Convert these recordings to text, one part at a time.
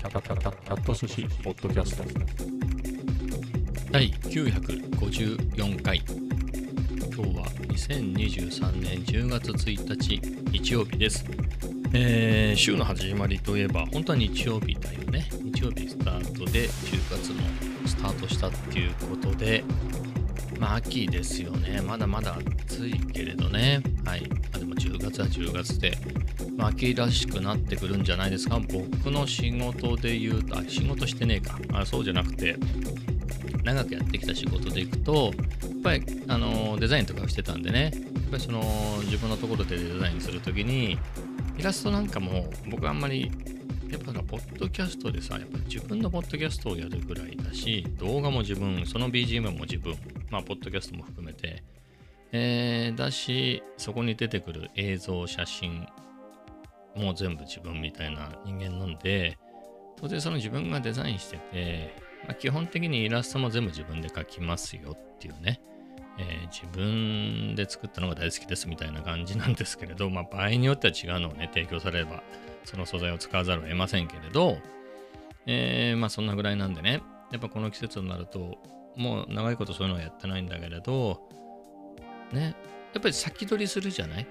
キャット寿司ポッドキャスト第954回。今日は2023年10月1日日曜日です。週の始まりといえば本当は日曜日だよね。日曜日スタートで10月もスタートしたっていうことで、秋ですよね。まだまだ暑いけれどね。はい。でも10月は10月で、秋らしくなってくるんじゃないですか。僕の仕事で言うと、仕事してねえか。そうじゃなくて、長くやってきた仕事でいくと、やっぱりデザインとかをしてたんでね、やっぱり自分のところでデザインするときに、イラストなんかも僕あんまり、やっぱポッドキャストでさ、やっぱ自分のポッドキャストをやるぐらいだし、動画も自分、その BGM も自分、ポッドキャストも含めて、だし、そこに出てくる映像、写真、もう全部自分みたいな人間なんで、当然その自分がデザインしてて、基本的にイラストも全部自分で描きますよっていうね、自分で作ったのが大好きですみたいな感じなんですけれど、場合によっては違うのをね、提供されれば、その素材を使わざるを得ませんけれど、そんなぐらいなんでね、やっぱこの季節になると、もう長いことそういうのはやってないんだけれど、ね、やっぱり先取りするじゃない？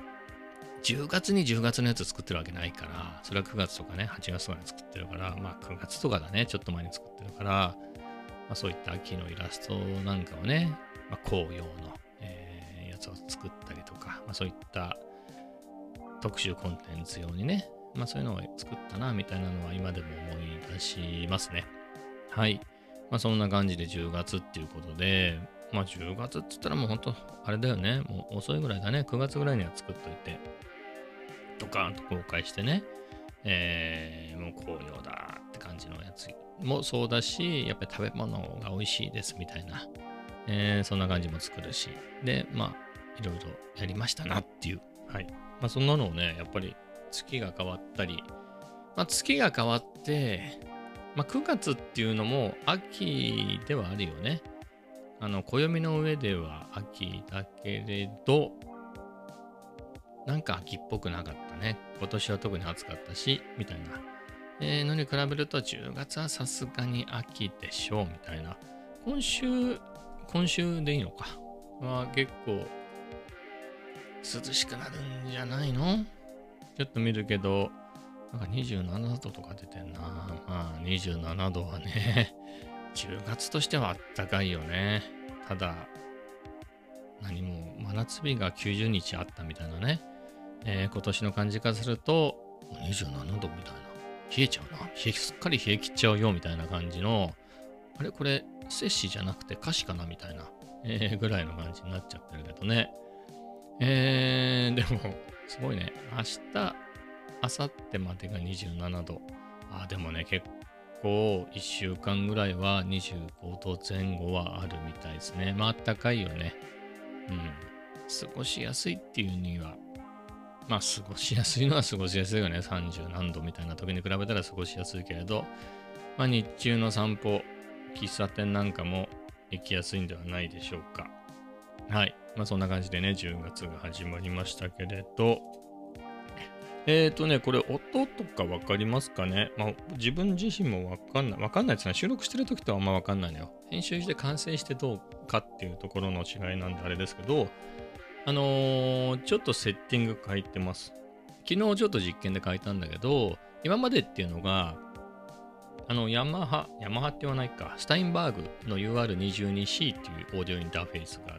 10 月に10月のやつ作ってるわけないから、それは9月とかね、8月とかに作ってるから、9月とかだね、ちょっと前に作ってるから、そういった秋のイラストなんかをね、紅葉の、やつを作ったりとか、そういった特集コンテンツ用にね、そういうのを作ったな、みたいなのは今でも思い出しますね。はい。そんな感じで10月っていうことで、10月って言ったらもう本当、あれだよね。もう遅いぐらいだね。9月ぐらいには作っといて、ドカーンと公開してね、もう紅葉だって感じのやつもそうだし、やっぱり食べ物が美味しいですみたいな、そんな感じも作るし、で、いろいろやりましたなっていう。はい。そんなのをね、やっぱり月が変わったり、月が変わって、9月っていうのも秋ではあるよね。暦の上では秋だけれど、なんか秋っぽくなかったね。今年は特に暑かったし、みたいな。のに比べると10月はさすがに秋でしょう、みたいな。今週でいいのか。結構涼しくなるんじゃないの？ちょっと見るけど、なんか27度とか出てんな。27度はね、10月としては暖かいよね。ただ、何も真夏日が90日あったみたいなね。今年の感じからすると、27度みたいな。冷えちゃうな。すっかり冷え切っちゃうよみたいな感じの、あれこれ、摂氏じゃなくて歌詞かなみたいな、ぐらいの感じになっちゃってるけどね。でも、すごいね。明日、明後日までが27度。でもね、結構1週間ぐらいは25度前後はあるみたいですね。暖かいよね。過ごしやすいっていうには、過ごしやすいのは過ごしやすいよね。30何度みたいな時に比べたら過ごしやすいけれど、日中の散歩、喫茶店なんかも行きやすいんではないでしょうか。はい。そんな感じでね、10月が始まりましたけれど、これ音とかわかりますかね？自分自身もわかんないですね。収録してる時とはあんまわかんないのよ。編集して完成してどうかっていうところの違いなんであれですけど、ちょっとセッティング変えてます。昨日ちょっと実験で変えたんだけど、今までっていうのが、ヤマハって言わないか、スタインバーグの UR22C っていうオーディオインターフェースがあって、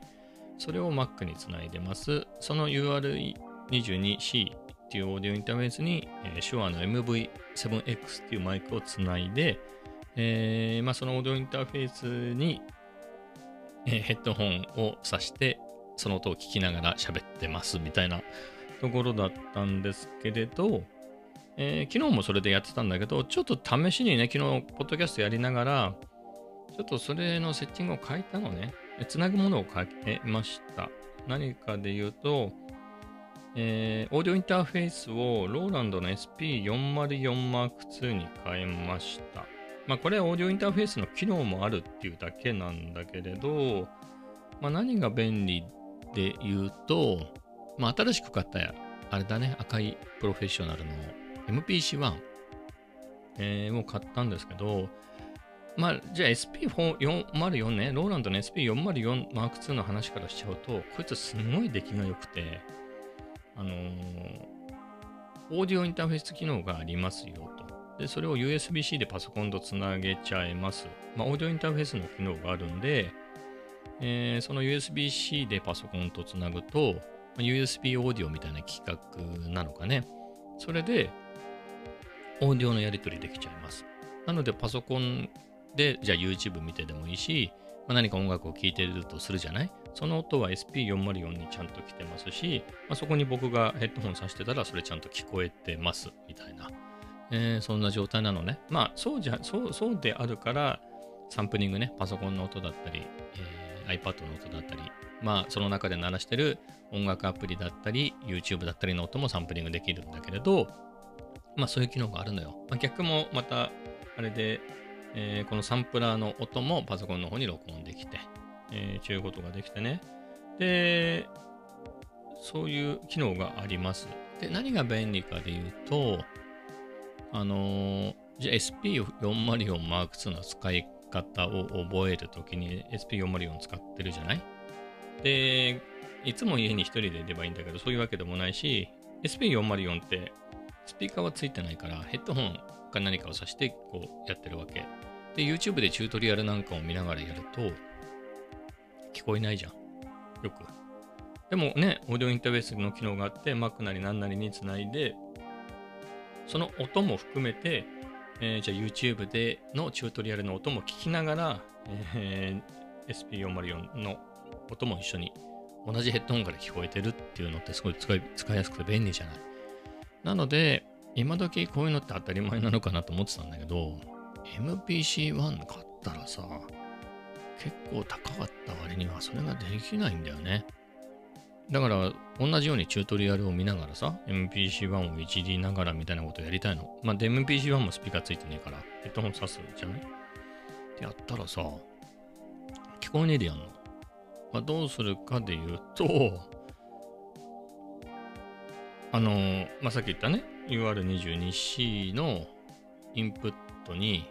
それを Mac につないでます。その UR22C っていうオーディオインターフェースに、Shure の MV7X っていうマイクをつないで、そのオーディオインターフェースに、ヘッドホンを挿して、その音を聞きながら喋ってますみたいなところだったんですけれど、昨日もそれでやってたんだけど、ちょっと試しにね、昨日、ポッドキャストやりながら、ちょっとそれのセッティングを変えたのね。つなぐものを変えました。何かで言うと、オーディオインターフェースをローランドの SP404M2 に変えました。これはオーディオインターフェースの機能もあるっていうだけなんだけれど、何が便利で言うと、新しく買ったあれだね、赤いプロフェッショナルの MPC-1 を買ったんですけど、まあ、じゃあ SP404 ね、ローランドの SP404 Mark II の話からしちゃうと、こいつすんごい出来が良くて、オーディオインターフェース機能がありますよと。で、それを USB-C でパソコンとつなげちゃえます。まあ、オーディオインターフェースの機能があるんで、その USB-C でパソコンとつなぐと、USB オーディオみたいな規格なのかね。それで、オーディオのやり取りできちゃいます。なので、パソコンで、じゃあ YouTube 見てでもいいし、何か音楽を聴いてるとするじゃない？その音は SP404 にちゃんと来てますし、そこに僕がヘッドホンさしてたら、それちゃんと聞こえてます、みたいな。そんな状態なのね。まあ、そうであるから、サンプリングね、パソコンの音だったり、iPad の音だったり、まあ、その中で鳴らしてる音楽アプリだったり、YouTube だったりの音もサンプリングできるんだけれど、まあ、そういう機能があるのよ。逆もまた、あれで、このサンプラーの音もパソコンの方に録音できて、ちゅうことができてね。で、そういう機能があります。で、何が便利かで言うと、じゃあ SP404 Mark II の使い方を覚えるときに SP404 使ってるじゃない？で、いつも家に一人でいればいいんだけど、そういうわけでもないし、SP404 ってスピーカーはついてないから、ヘッドホンか何かを挿してこうやってるわけ。で、YouTube でチュートリアルなんかを見ながらやると、聞こえないじゃん。よく。でもね、オーディオインターフェースの機能があって、Mac なり何なりにつないで、その音も含めて、じゃあ YouTube でのチュートリアルの音も聞きながら、SP404 の音も一緒に同じヘッドホンから聞こえてるっていうのってすごい使いやすくて便利じゃない。なので、今時こういうのって当たり前なのかなと思ってたんだけど、MPC-1 買ったらさ、結構高かった割にはそれができないんだよね。だから同じようにチュートリアルを見ながらさ、MPC-1 をいじりながらみたいなことをやりたいの。まあ、で MPC-1 もスピーカーついてねえから、ヘッドホン挿すじゃないってやったらさ、聞こえねえでやんの。まあ、どうするかで言うと、まあ、さっき言ったね、UR22C のインプットに、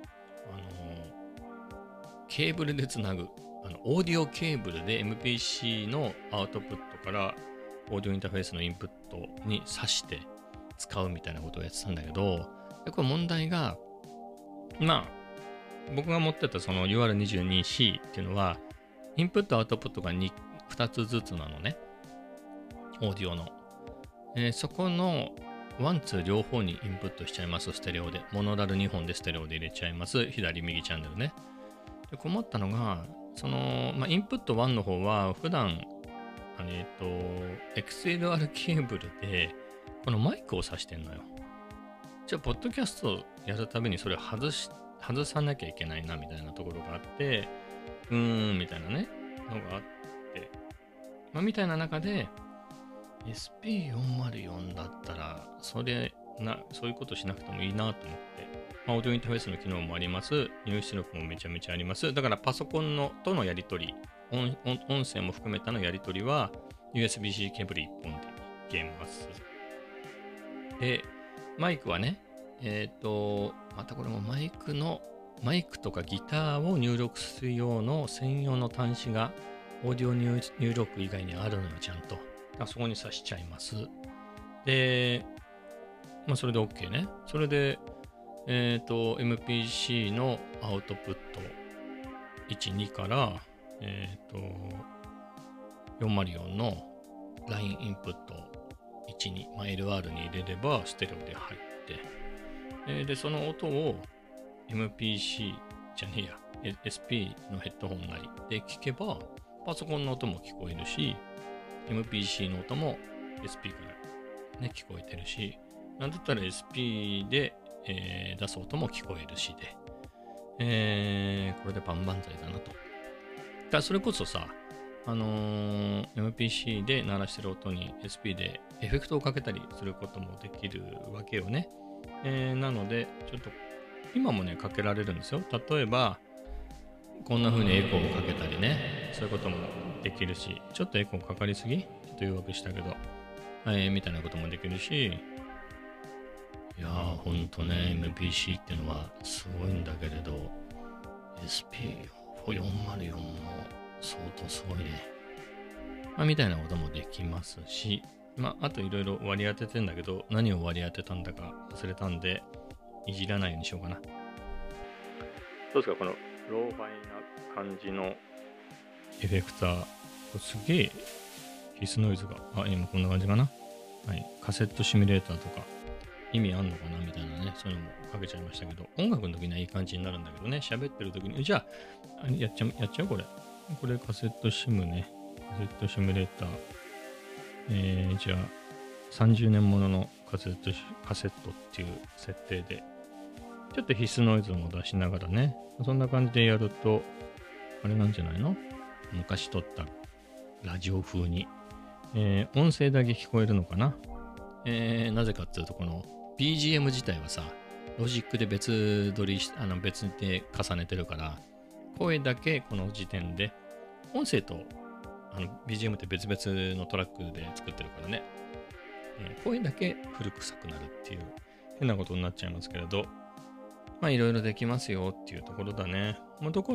ケーブルでつなぐ。オーディオケーブルで MPC のアウトプットからオーディオインターフェースのインプットに挿して使うみたいなことをやってたんだけど、これ問題が、まあ、僕が持ってたその UR22C っていうのは、インプットアウトプットが 2つずつなのね。オーディオの。そこのワン、ツー両方にインプットしちゃいます、ステレオで。モノラル2本でステレオで入れちゃいます。左、右チャンネルね。で困ったのが、インプット1の方は、普段、XLR ケーブルで、このマイクを挿してんのよ。じゃあ、ポッドキャストをやるたびにそれを外さなきゃいけないな、みたいなところがあって、みたいなね、のがあって、みたいな中で、SP404 だったら、そういうことしなくてもいいなと思って、オーディオインターフェースの機能もあります。入出力もめちゃめちゃあります。だからパソコンとのやり取り、音声も含めたのやり取りは USB-C ケーブル1本でいけます。で、マイクはね、またこれもマイクとかギターを入力する用の専用の端子がオーディオ入力以外にあるのよ、ちゃんと。そこに挿しちゃいます。で、それで OK ね。それで、MPC のアウトプット1、2から、404の LINE インプット1、2、LR に入れればステレオで入って、で、その音を MPC じゃねえや、SP のヘッドホンなりで聞けば、パソコンの音も聞こえるし、MPC の音も SP からね、聞こえてるし、なんだったら SP で出す音も聞こえるしで、これで万々歳だなと。それこそさ、MPC で鳴らしてる音に SP でエフェクトをかけたりすることもできるわけよね。なので、ちょっと今もね、かけられるんですよ。例えば、こんな風にエコーをかけたりね、そういうこともできるし、ちょっとエコーかかりすぎちょっと弱くしたけど、みたいなこともできるし、 いやー、ほんとね、MPC ってのはすごいんだけれど、SP404 も相当すごいね。みたいなこともできますし、あといろいろ割り当ててんだけど、何を割り当てたんだか忘れたんで、いじらないようにしようかな。どうですか、このローファイな感じのエフェクター。すげえ必須ノイズが、今こんな感じかな。はい。カセットシミュレーターとか意味あんのかなみたいなね、そういうのもかけちゃいましたけど、音楽の時にはいい感じになるんだけどね、喋ってる時に、じゃあ、やっちゃうこれ。これカセットシムね。カセットシミュレーター。じゃあ、30年もののカセットっていう設定で、ちょっと必須ノイズも出しながらね、そんな感じでやると、あれなんじゃないの？昔撮ったラジオ風に、音声だけ聞こえるのかな。なぜかっていうと、この BGM 自体はさ、ロジックで別撮りし、別で重ねてるから、声だけこの時点で、音声とBGM って別々のトラックで作ってるからね、声だけ古臭くなるっていう変なことになっちゃいますけれど、いろいろできますよっていうところだね。だから、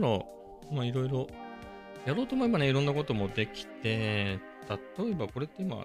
いろいろやろうと思えばね、いろんなこともできて、例えばこれって今、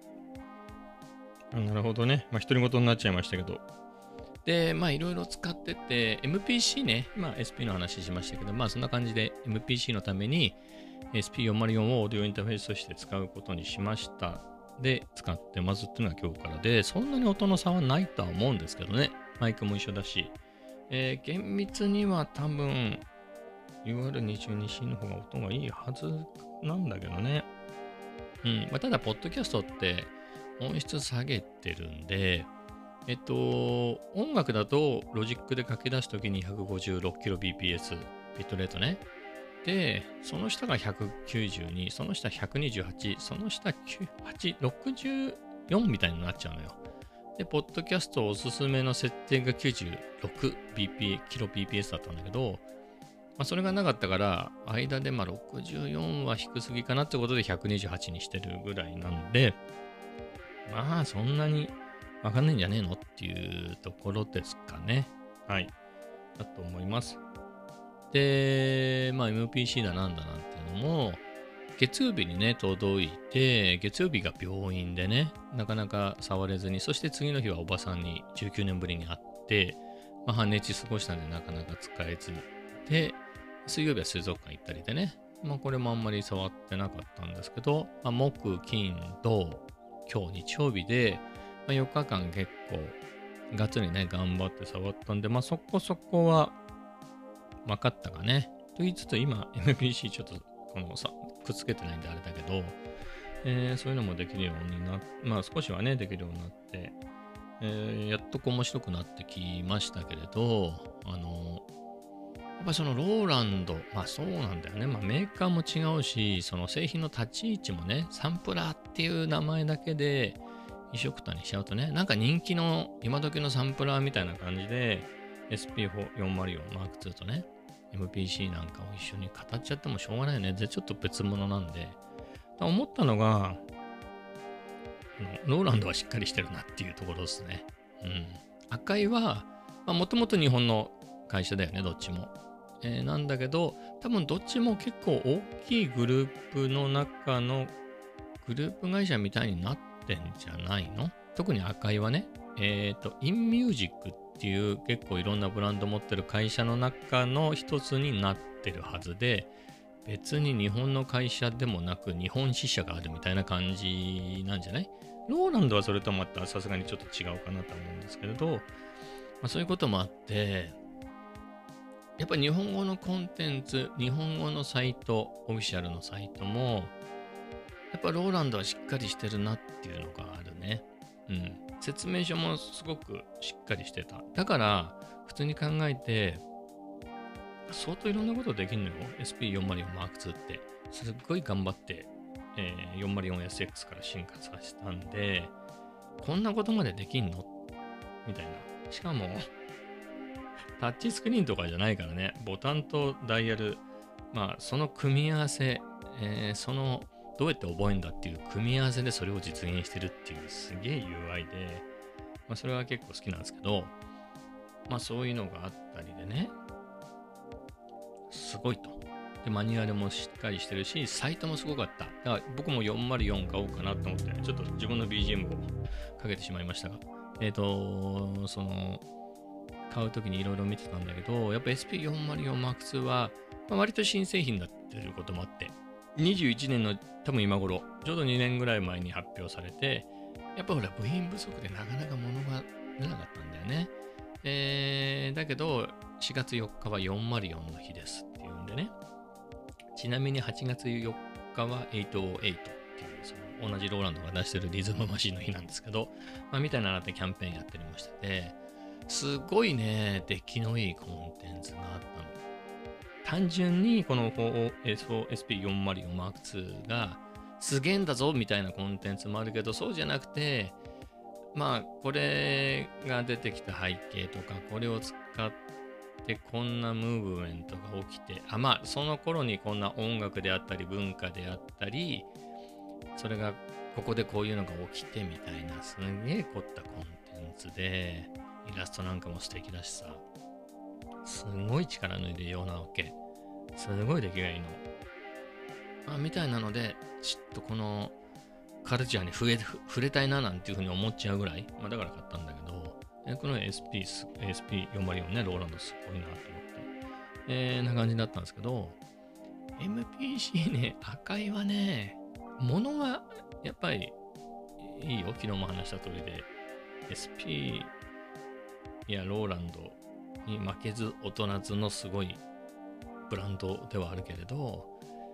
なるほどね。独り言になっちゃいましたけど。で、いろいろ使ってて、MPC ね、SP の話しましたけど、そんな感じで MPC のために SP404 をオーディオインターフェースとして使うことにしました。で、使ってますっていうのが今日からで、そんなに音の差はないとは思うんですけどね。マイクも一緒だし。厳密には多分、UR22C の方が音がいいはずなんだけどね。ただ、ポッドキャストって音質下げてるんで、音楽だとロジックで書き出すときに 156kbps ビットレートね。で、その下が192、その下128、その下98、64みたいになっちゃうのよ。で、ポッドキャストおすすめの設定が 96kbps だったんだけど、それがなかったから、間で64は低すぎかなってことで128にしてるぐらいなんで、そんなにわかんないんじゃねえのっていうところですかね。はい。だと思います。で、MPC だなんだなんていうのも、月曜日にね、届いて、月曜日が病院でね、なかなか触れずに、そして次の日はおばさんに19年ぶりに会って、半日過ごしたんでなかなか使えず、で、水曜日は水族館行ったりでね、これもあんまり触ってなかったんですけど、木、金、土、今日日曜日で、4日間結構、がっつりね、頑張って触ったんで、そこそこは分かったかね。と言いつつ、今、MPC ちょっと、くっつけてないんであれだけど、そういうのもできるようになって、少しはね、できるようになって、やっと面白くなってきましたけれど、やっぱそのローランド、そうなんだよね。メーカーも違うし、その製品の立ち位置もね、サンプラーっていう名前だけで一緒くたにしちゃうとね、なんか人気の今時のサンプラーみたいな感じで、SP404 M2 とね、MPC なんかを一緒に語っちゃってもしょうがないよね。ちょっと別物なんで。思ったのが、ローランドはしっかりしてるなっていうところですね。赤いは、もともと日本の会社だよね、どっちも。なんだけど、多分どっちも結構大きいグループの中のグループ会社みたいになってんじゃないの？特に赤いはね、インミュージックっていう結構いろんなブランド持ってる会社の中の一つになってるはずで、別に日本の会社でもなく日本支社があるみたいな感じなんじゃない？ローランドはそれとまたさすがにちょっと違うかなと思うんですけれど、そういうこともあって、やっぱ日本語のコンテンツ、日本語のサイト、オフィシャルのサイトも、やっぱローランドはしっかりしてるなっていうのがあるね。説明書もすごくしっかりしてた。だから、普通に考えて、相当いろんなことできるのよ。SP404M2 って。すっごい頑張って、404SX から進化させたんで、こんなことまでできんのみたいな。しかも、タッチスクリーンとかじゃないからね、ボタンとダイヤル、その組み合わせ、どうやって覚えるんだっていう組み合わせでそれを実現してるっていうすげえ UI で、 まあ、それは結構好きなんですけど、まあそういうのがあったりでね、すごいと。で、マニュアルもしっかりしてるし、サイトもすごかった。だから僕も404買おうかなと思って、ちょっと自分の BGM をかけてしまいましたが、買うときにいろいろ見てたんだけど、やっぱ SP404M2 は、まあ、割と新製品だっていうこともあって、21年の多分今頃、ちょうど2年ぐらい前に発表されて、やっぱほら部品不足でなかなか物が出なかったんだよね。だけど、4月4日は404の日ですっていうんでね。ちなみに8月4日は808っていう、その同じローランドが出してるリズムマシンの日なんですけど、まあ、みたいなのってキャンペーンやってりましてて、すごいね、出来のいいコンテンツがあったの。単純にこの SP404M2 がすげえんだぞみたいなコンテンツもあるけど、そうじゃなくて、まあこれが出てきた背景とか、これを使ってこんなムーブメントが起きて、まあその頃にこんな音楽であったり文化であったり、それがここでこういうのが起きてみたいな、すげえ凝ったコンテンツで、イラストなんかも素敵だしさ、すごい力抜いてるようなわけ。すごい出来がいいの。みたいなので、ちょっとこのカルチャーに触れたいななんていうふうに思っちゃうぐらい、だから買ったんだけど、この SP404 ね、ローランドすごいなと思って、な感じだったんですけど、MPC ね、赤いはね、物はやっぱりいいよ。昨日も話した通りで、SP やローランドに負けず劣らずのすごいブランドではあるけれど、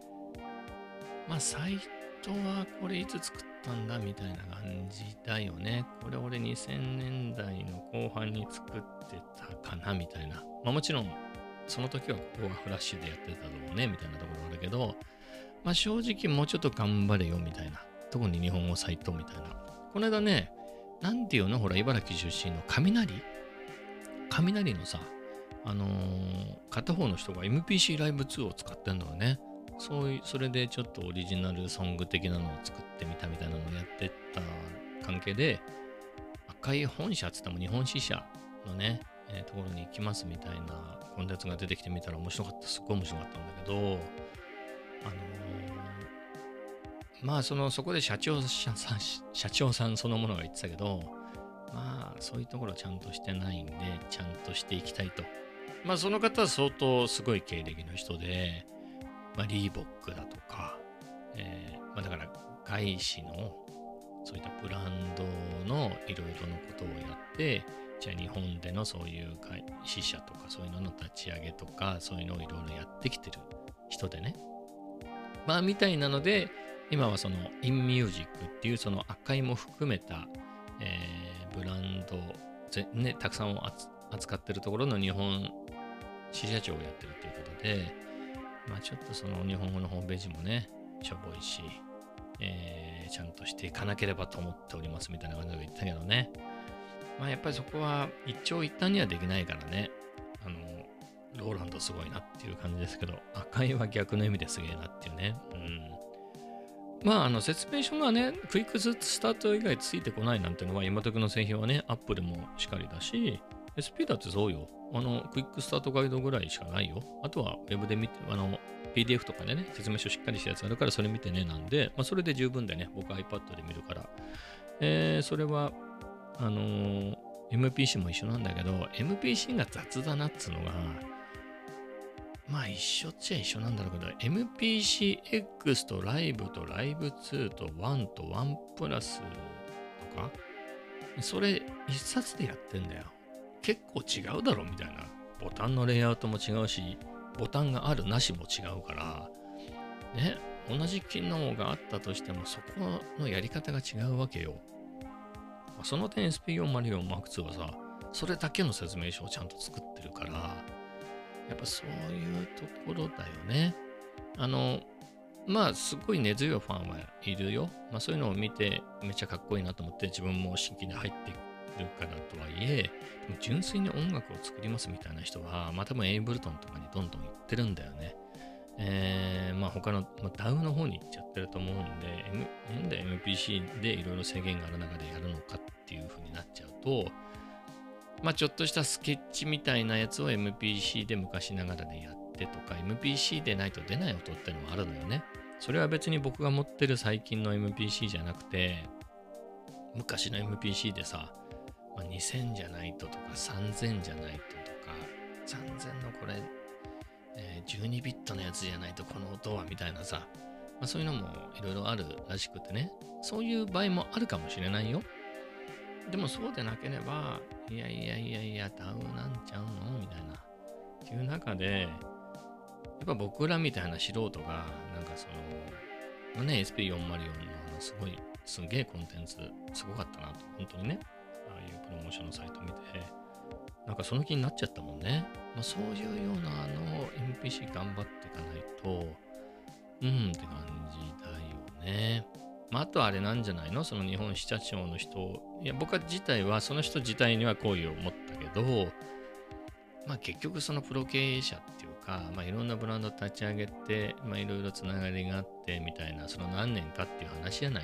サイトはこれいつ作ったんだみたいな感じだよね。これ俺2000年代の後半に作ってたかなみたいな。もちろんその時はここはフラッシュでやってただろうねみたいなところあるけど、正直もうちょっと頑張れよみたいな。特に日本語サイトみたいな。この間ね、なんていうの、ほら茨城出身の雷のさ、片方の人が MPC ライブ2を使ってんのよね。それでちょっとオリジナルソング的なのを作ってみたみたいなのをやってた関係で、赤い本社っつっても日本支社のね、ところに行きますみたいなコンテンツが出てきてみたら面白かった。すっごい面白かったんだけど、そこで社長さんそのものが言ってたけど、そういうところちゃんとしてないんで、ちゃんとしていきたいと。その方は相当すごい経歴の人で、リーボックだとか、だから外資のそういったブランドのいろいろなことをやって、じゃあ日本でのそういう支社とかそういうのの立ち上げとか、そういうのをいろいろやってきてる人でね。みたいなので、今はそのインミュージックっていうその赤いも含めた、ブランドね、たくさんを扱ってるところの日本支社長をやってるということで、ちょっとその日本語のホームページもね、しょぼいし、ちゃんとしていかなければと思っておりますみたいな感じで言ったけどね。やっぱりそこは一長一短にはできないからね。ローランドすごいなっていう感じですけど、赤いは逆の意味ですげえなっていうね。説明書がね、クイックスタート以外ついてこないなんていうのは、今時の製品はね、アップルもしっかりだし、SP だってそうよ。クイックスタートガイドぐらいしかないよ。あとは、ウェブで見て、PDF とかでね、説明書しっかりしたやつあるから、それ見てね、なんで、それで十分でね、僕 iPad で見るから。それは、MPC も一緒なんだけど、MPC が雑だなっつうのが、一緒っちゃ一緒なんだろうけど、MPCX とライブとライブ2と1と1プラスとか、それ一冊でやってんだよ。結構違うだろみたいな。ボタンのレイアウトも違うし、ボタンがあるなしも違うから、ね、同じ機能があったとしても、そこのやり方が違うわけよ。その点 SP404M2 はさ、それだけの説明書をちゃんと作ってるから、やっぱそういうところだよね。すごい根強いファンはいるよ。そういうのを見てめっちゃかっこいいなと思って自分も新規に入ってるからとはいえ、でも純粋に音楽を作りますみたいな人は、多分エイブルトンとかにどんどん行ってるんだよね。他の、DAW の方に行っちゃってると思うんで、なんで MPC でいろいろ制限がある中でやるのかっていう風になっちゃうと、まあちょっとしたスケッチみたいなやつを MPC で昔ながらでやってとか、MPC でないと出ない音ってのもあるのよね。それは別に僕が持ってる最近の MPC じゃなくて、昔の MPC でさ、まあ、2000じゃないととか3000じゃないととか、3000のこれ、12ビットのやつじゃないとこの音はみたいなさ、まあ、そういうのもいろいろあるらしくてね、そういう場合もあるかもしれないよ。でもそうでなければ、いやいやいやいや、ダウなんちゃうのみたいな。っていう中で、やっぱ僕らみたいな素人が、なんかその、ね、SP404 のすげえコンテンツ、すごかったなと、本当にね、ああいうプロモーションのサイト見て、なんかその気になっちゃったもんね。まあ、そういうようなMPC 頑張っていかないと、って感じだよね。まあ、あとはあれなんじゃないの、その日本支社長の人。いや、僕自体は、その人自体には好意を持ったけど、まあ結局そのプロ経営者っていうか、まあいろんなブランド立ち上げて、まあいろいろつながりがあってみたいな、その何年かっていう話じゃない。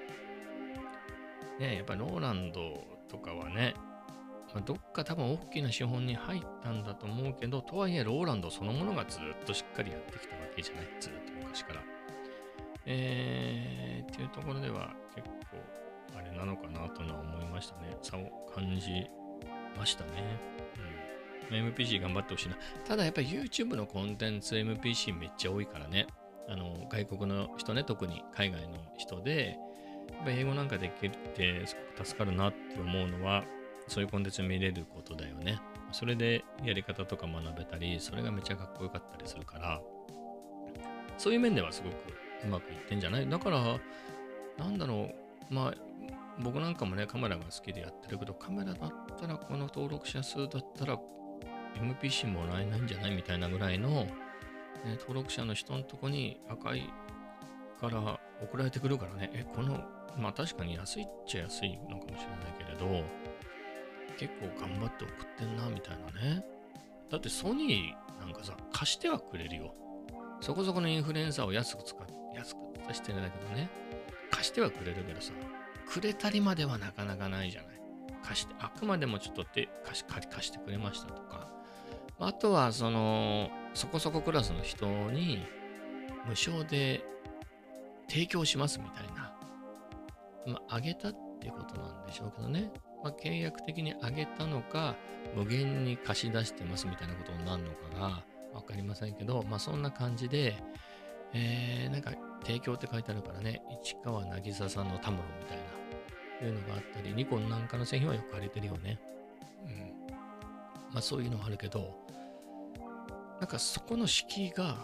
ね、やっぱローランドとかはね、まあ、どっか多分大きな資本に入ったんだと思うけど、とはいえローランドそのものがずっとしっかりやってきたわけじゃない。ずっと昔から。っていうところでは結構あれなのかなというのは思いましたね。差を感じましたね。MPC 頑張ってほしいな。ただやっぱり YouTube のコンテンツ MPC めっちゃ多いからね。外国の人ね、特に海外の人で、やっぱ英語なんかできるってすごく助かるなって思うのは、そういうコンテンツ見れることだよね。それでやり方とか学べたり、それがめっちゃかっこよかったりするから、そういう面ではすごくうまくいってんじゃない？だから、なんだろう、まあ、僕なんかもね、カメラが好きでやってるけど、カメラだったら、この登録者数だったら、MPC もらえないんじゃないみたいなぐらいの、ね、登録者の人のとこに赤いから送られてくるからね、まあ確かに安いっちゃ安いのかもしれないけれど、結構頑張って送ってんな、みたいなね。だってソニーなんかさ、貸してはくれるよ。そこそこのインフルエンサーを安くさせてるんだけどね。貸してはくれるけどさ、くれたりまではなかなかないじゃない。あくまでもちょっと貸してくれましたとか。あとは、そこそこクラスの人に無償で提供しますみたいな。まあ、あげたっていうことなんでしょうけどね。まあ、契約的にあげたのか、無限に貸し出してますみたいなことになるのかがわかりませんけど、まあ、そんな感じで、なんか、提供って書いてあるからね、市川渚さんのタムロみたいな、いうのがあったり、ニコンなんかの製品はよく借りてるよね。まあ、そういうのはあるけど、なんかそこの敷居が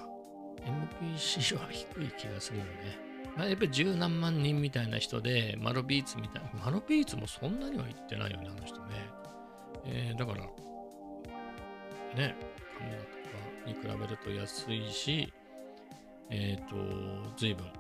MPC は低い気がするよね。まあ、やっぱり十何万人みたいな人で、マロビーツみたいな、マロビーツもそんなには言ってないよね、あの人ね。だから、ね、カメラとかに比べると安いし、随分。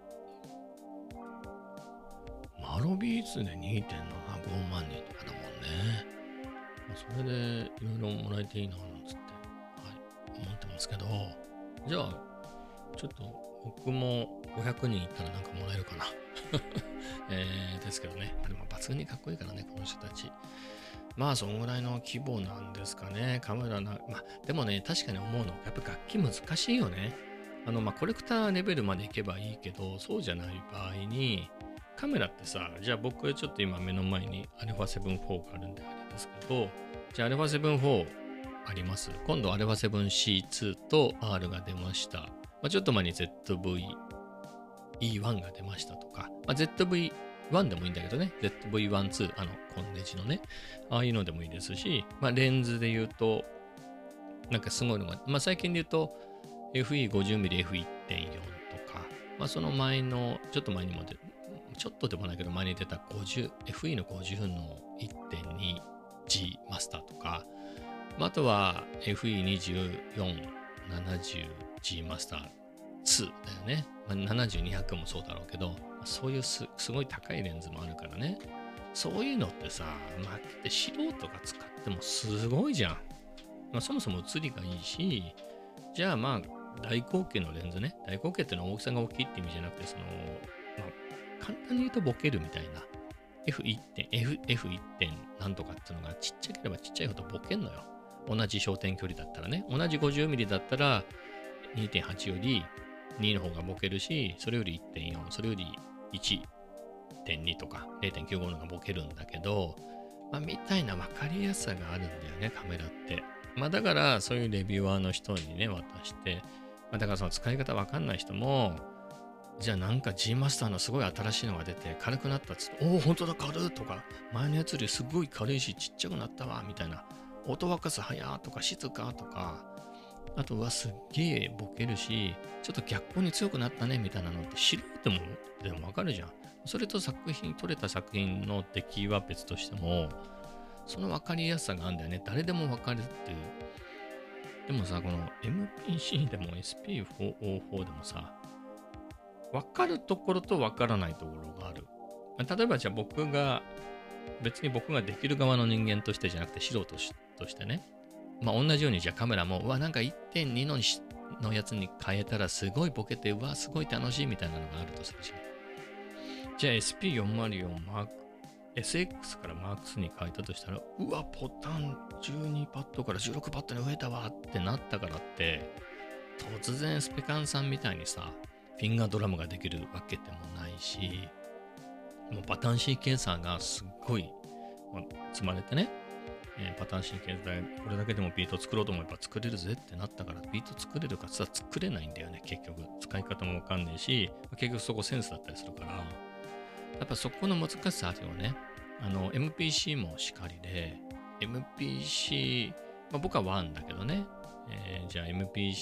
マロビーツで 2.75 万人とかだもんね。まあ、それでいろいろもらえていいな、なんつって、思ってますけど、じゃあ、ちょっと僕も500人いったらなんかもらえるかな。ですけどね。でも抜群にかっこいいからね、この人たち。まあ、そんぐらいの規模なんですかね。カメラまあ、でもね、確かに思うのが、やっぱ楽器難しいよね。まあ、コレクターレベルまでいけばいいけど、そうじゃない場合に、カメラってさ、じゃあ僕ちょっと今目の前に α7-4 があるんであれですけど、じゃあ α7-4 あります。今度 α7C2 と R が出ました。まあ、ちょっと前に ZV-E1 が出ましたとか、まあ、ZV-1 でもいいんだけどね、ZV-1、2、コンデジのね、ああいうのでもいいですし、まあ、レンズで言うと、なんかすごいのが、まあ、最近で言うと、FE50mm F1.4 とか、まあ、その前の、ちょっと前にもちょっとでもないけど、前に出たFE の50の 1.2G マスターとか、あとは FE2470G マスター2だよね。まあ、70-200もそうだろうけど、そういうすごい高いレンズもあるからね。そういうのってさ、まあ、素人が使ってもすごいじゃん。まあ、そもそも写りがいいし、じゃあまあ、大口径のレンズね。大口径っていうのは大きさが大きいって意味じゃなくて、まあ、簡単に言うとボケるみたいな。 F1 点、F1 点なんとかっていうのがちっちゃければちっちゃいほどボケんのよ。同じ焦点距離だったらね。同じ 50mm だったら 2.8 より2の方がボケるし、それより 1.4、それより 1.2 とか 0.95 の方がボケるんだけど、みたいな分かりやすさがあるんだよね、カメラって。だからそういうレビュアーの人にね、渡して、だからその使い方分かんない人も、じゃあなんか G マスターのすごい新しいのが出て軽くなったっつって、おお、本当だ、軽いとか、前のやつよりすごい軽いしちっちゃくなったわ、みたいな。音沸かす早とか静かとか、あとはすっげえボケるし、ちょっと逆光に強くなったねみたいなのって素人もでもわかるじゃん。それと撮れた作品の出来は別としても、その分かりやすさがあるんだよね。誰でも分かるっていう。でもさ、この MPC でも SP404 でもさ、分かるところと分からないところがある。例えばじゃあ別に僕ができる側の人間としてじゃなくて素人としてね、同じようにじゃあカメラも、なんか 1.2 のやつに変えたらすごいボケて、すごい楽しいみたいなのがあるとするし、じゃあ SP404 SX から MAX に変えたとしたら、ポタン12パッドから16パッドに増えたわってなったからって、突然スペカンさんみたいにさ、フィンガードラムができるわけでもないし、もうパターンシーケンサーがすっごい積まれてね、パターンシーケンサーでこれだけでもビート作ろうと思えば作れるぜってなったから、ビート作れるかつは作れないんだよね、結局。使い方もわかんないし、結局そこセンスだったりするから、やっぱそこの難しさあるよね。MPC もしかりで、MPC、僕は1だけどね、じゃあ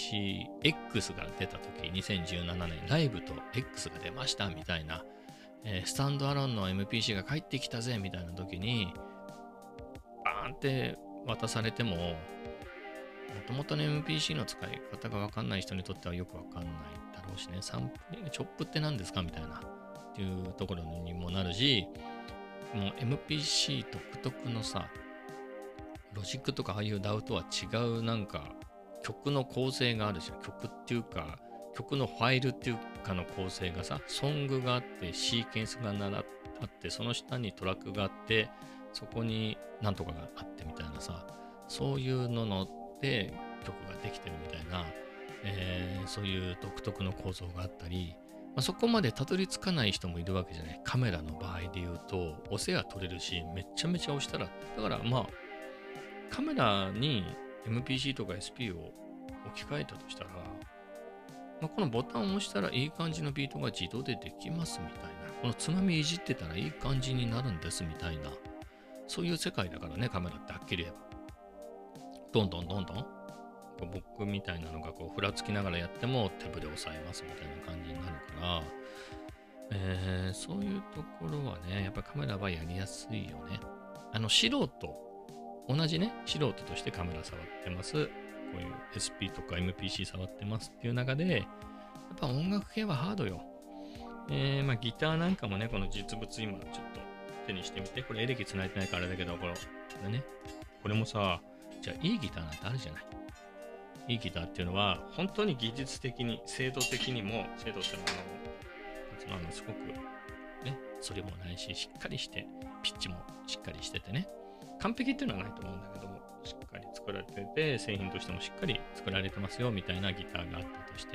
MPC-X が出た時、2017年、ライブと X が出ましたみたいな、スタンドアロンの MPC が帰ってきたぜみたいな時に、バーンって渡されても、もともとの MPC の使い方がわかんない人にとってはよくわかんないだろうしね、サンプリング、チョップって何ですかみたいな、っていうところにもなるし、もう MPC 独特のさ、ロジックとかああいう DAW とは違うなんか曲の構成があるじゃん。曲っていうか、曲のファイルっていうかの構成がさ、ソングがあって、シーケンスがあって、その下にトラックがあって、そこになんとかがあってみたいなさ、そういうので曲ができてるみたいな、そういう独特の構造があったり、そこまでたどり着かない人もいるわけじゃない。カメラの場合で言うと、押せは撮れるし、めちゃめちゃ押したら、だからカメラに MPC とか SP を置き換えたとしたら、このボタンを押したらいい感じのビートが自動でできますみたいな。このつまみいじってたらいい感じになるんですみたいな。そういう世界だからね、カメラってはっきり言えば。どんどん僕みたいなのがふらつきながらやっても手ぶれ押さえますみたいな感じになるから、そういうところはね、やっぱカメラはやりやすいよね。同じね、素人としてカメラ触ってます。こういう SP とか MPC 触ってますっていう中で、やっぱ音楽系はハードよ。ギターなんかもね、この実物今ちょっと手にしてみて、これエレキ繋いでないからあれだけど、これもさ、じゃあいいギターなんてあるじゃない。いいギターっていうのは、本当に技術的に、精度的にも、精度ってのはすごくね、それもないし、しっかりして、ピッチもしっかりしててね、完璧っていうのはないと思うんだけども、しっかり作られてて、製品としてもしっかり作られてますよみたいなギターがあったとして、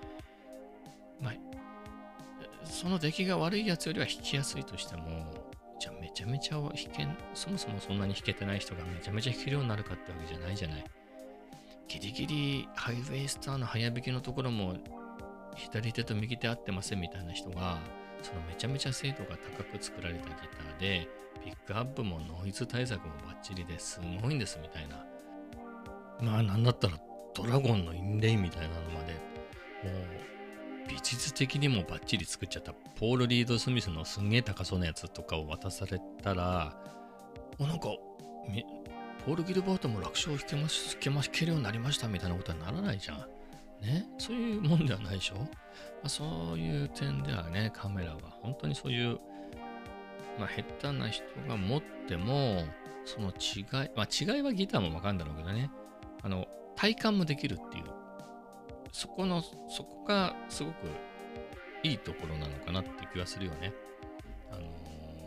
その出来が悪いやつよりは弾きやすいとしても、じゃあめちゃめちゃそもそもそんなに弾けてない人がめちゃめちゃ弾けるようになるかってわけじゃないじゃない。ギリギリハイウェイスターの早弾きのところも左手と右手合ってませんみたいな人が、そのめちゃめちゃ精度が高く作られたギターで、ピックアップもノイズ対策もバッチリですごいんですみたいな。なんだったらドラゴンのインレイみたいなのまで、もう美術的にもバッチリ作っちゃったポール・リード・スミスのすんげえ高そうなやつとかを渡されたら、なんかポール・ギルバートも楽勝を弾けるようになりましたみたいなことはならないじゃん。ね、そういうもんではないでしょ。そういう点ではね、カメラは本当にそういう、下手な人が持っても、その違い、違いはギターもわかるんだろうけどね、体感もできるっていう、そこがすごくいいところなのかなって気はするよね。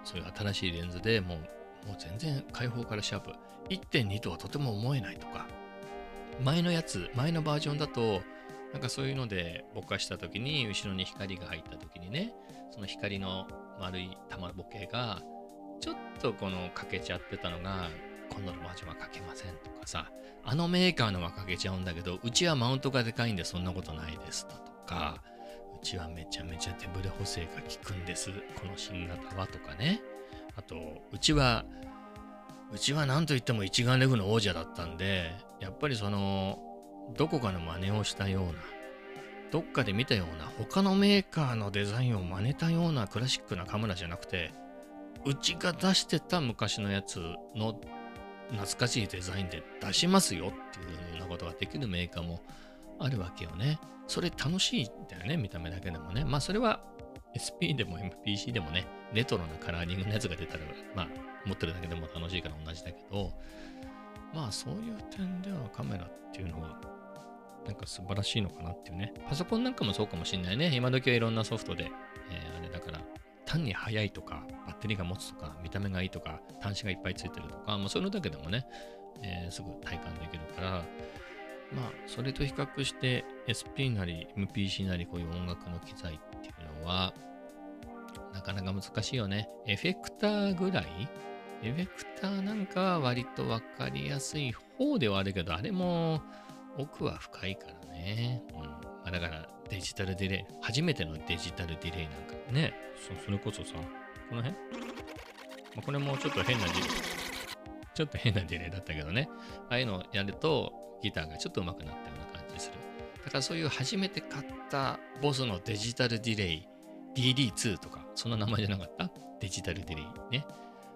そういう新しいレンズでもう全然開放からシャープ。1.2 とはとても思えないとか、前のバージョンだと、なんかそういうのでぼかしたときに、後ろに光が入ったときにね、その光の丸い玉ボケが、ちょっと欠けちゃってたのが、今度のバージョンは欠けませんとかさ、あのメーカーのは欠けちゃうんだけど、うちはマウントがでかいんでそんなことないですだとか、うちはめちゃめちゃ手ブレ補正が効くんです、この新型はとかね。あと、うちは何と言っても一眼レフの王者だったんで、やっぱりどこかの真似をしたような、どっかで見たような、他のメーカーのデザインを真似たようなクラシックなカメラじゃなくて、うちが出してた昔のやつの懐かしいデザインで出しますよっていうようなことができるメーカーもあるわけよね。それ楽しいんだよね、見た目だけでもね。まあそれは SP でも MPC でもね、レトロなカラーリングのやつが出たら、まあ持ってるだけでも楽しいから同じだけど、まあそういう点ではカメラっていうのはなんか素晴らしいのかなっていうね。パソコンなんかもそうかもしんないね。今時はいろんなソフトで、あれだから単に速いとか、バッテリーが持つとか、見た目がいいとか、端子がいっぱいついてるとか、そういうのだけでもね、すぐ体感できるから、まあそれと比較して SP なり MPC なりこういう音楽の機材っていうのは、なかなか難しいよね。エフェクターぐらいエフェクターなんかは割とわかりやすい方ではあるけど、あれも奥は深いからね。だからデジタルディレイ、初めてのデジタルディレイなんかね、それこそさ、この辺、これもちょっと変なディレイだったけどね。ああいうのをやるとギターがちょっと上手くなったような感じする。だからそういう初めて買ったボスのデジタルディレイ、DD2 とか、そんな名前じゃなかった？デジタルディレイね。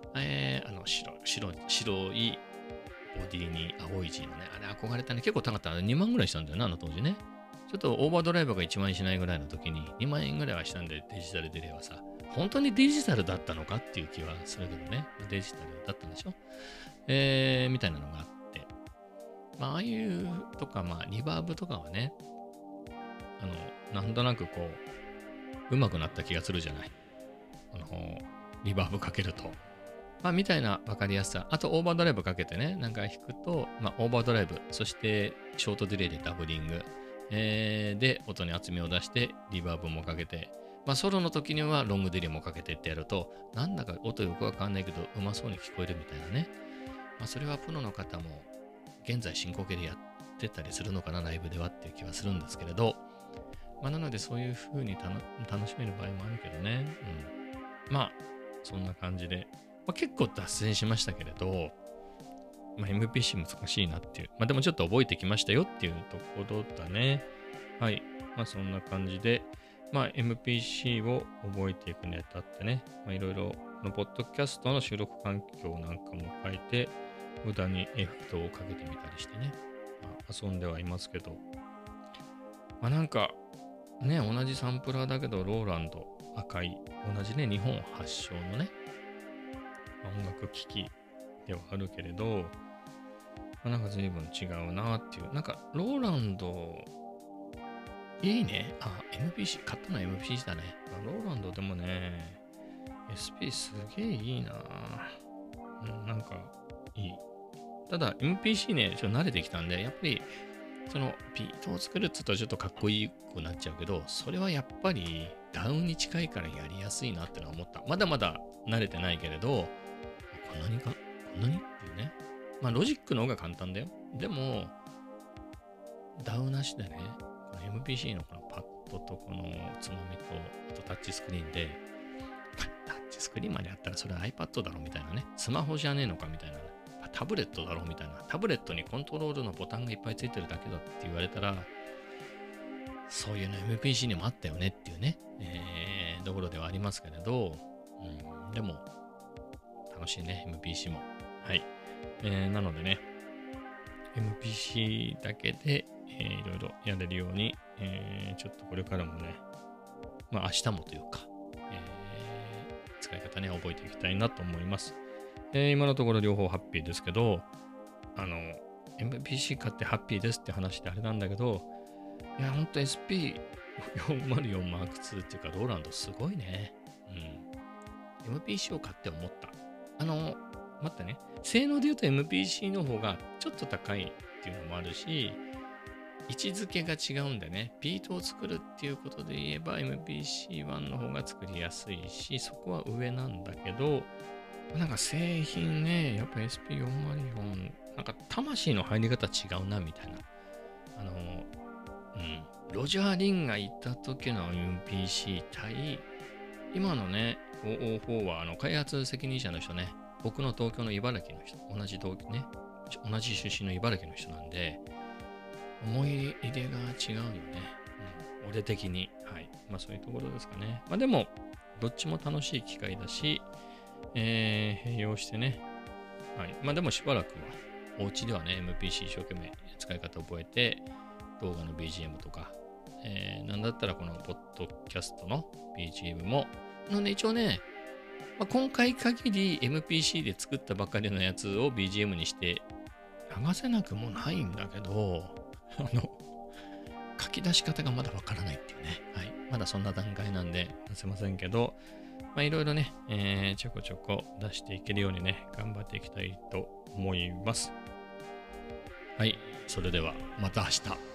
白いボディに青い字のね、あれ憧れたね。結構高かった。2万ぐらいしたんだよな、あの当時ね。ちょっとオーバードライバーが1万円しないぐらいの時に2万円ぐらいはしたんで、デジタルディレイはさ、本当にデジタルだったのかっていう気はするけどね。デジタルだったんでしょみたいなのがあって。ああいうとか、リバーブとかはね、なんとなくこう、上手くなった気がするじゃない。リバーブかけると。みたいな分かりやすさ。あと、オーバードライブかけてね、なんか弾くと、オーバードライブ、そしてショートディレイでダブリング、で、音に厚みを出して、リバーブもかけて、ソロの時にはロングディレイもかけてってやると、なんだか音よくわかんないけど、うまそうに聞こえるみたいなね。それはプロの方も、現在進行形でやってたりするのかな、ライブではっていう気はするんですけれど、なので、そういう風に楽しめる場合もあるけどね。そんな感じで、結構脱線しましたけれど、MPC 難しいなっていう。でもちょっと覚えてきましたよっていうところだね。はい。そんな感じで、MPC を覚えていくにあたってね、いろいろ、ポッドキャストの収録環境なんかも変えて、無駄にエフェクトをかけてみたりしてね、遊んではいますけど、なんか、ね、同じサンプラーだけど、ローランド、赤い、同じね、日本発祥のね、音楽機器ではあるけれど、なんか随分違うなっていう。なんか、ローランド、いいね。MPC、買ったのは MPC だね。ローランドでもね、SP すげえいいな。なんか、いい。ただ、MPC ね、ちょっと慣れてきたんで、やっぱり、ビートを作るって言ったらちょっとかっこいいくなっちゃうけど、それはやっぱりダウンに近いからやりやすいなってのは思った。まだまだ慣れてないけれど、こんなにっていうね。ロジックの方が簡単だよ。でも、ダウンなしでね、この MPC のこのパッドとこのつまみと、あとタッチスクリーンで、タッチスクリーンまでやったらそれ iPad だろみたいなね。スマホじゃねえのかみたいなね。タブレットだろみたいな。タブレットにコントロールのボタンがいっぱいついてるだけだって言われたら、そういうの MPC にもあったよねっていうね、ところではありますけれど、でも、楽しいね、MPC も。はい。なのでね、MPC だけで、いろいろやれるように、ちょっとこれからもね、明日もというか、使い方ね、覚えていきたいなと思います。今のところ両方ハッピーですけど、MPC 買ってハッピーですって話であれなんだけど、いや、ほんと SP404 Mark II っていうか、ローランドすごいね。 MPC を買って思った。待ってね。性能で言うと MPC の方がちょっと高いっていうのもあるし、位置づけが違うんでね、ビートを作るっていうことで言えば MPC-1 の方が作りやすいし、そこは上なんだけど、なんか製品ね、やっぱ SP404、なんか魂の入り方違うな、みたいな。ロジャー・リンがいた時の MPC 対、今のね、004は開発責任者の人ね、僕の東京の茨城の人、同じ出身の茨城の人なんで、思い入れが違うよね。俺的に。はい。まあそういうところですかね。まあでも、どっちも楽しい機会だし、併用してね。はい。まあでもしばらくは、お家ではね、MPC 一生懸命使い方を覚えて、動画の BGM とか、なんだったらこのポッドキャストの BGM も、一応ね、まあ、今回限り MPC で作ったばかりのやつを BGM にして流せなくもないんだけど、書き出し方がまだわからないっていうね。はい。まだそんな段階なんで、すいませんけど、まあいろいろね、ちょこちょこ出していけるようにね、頑張っていきたいと思います。はい。それでは、また明日。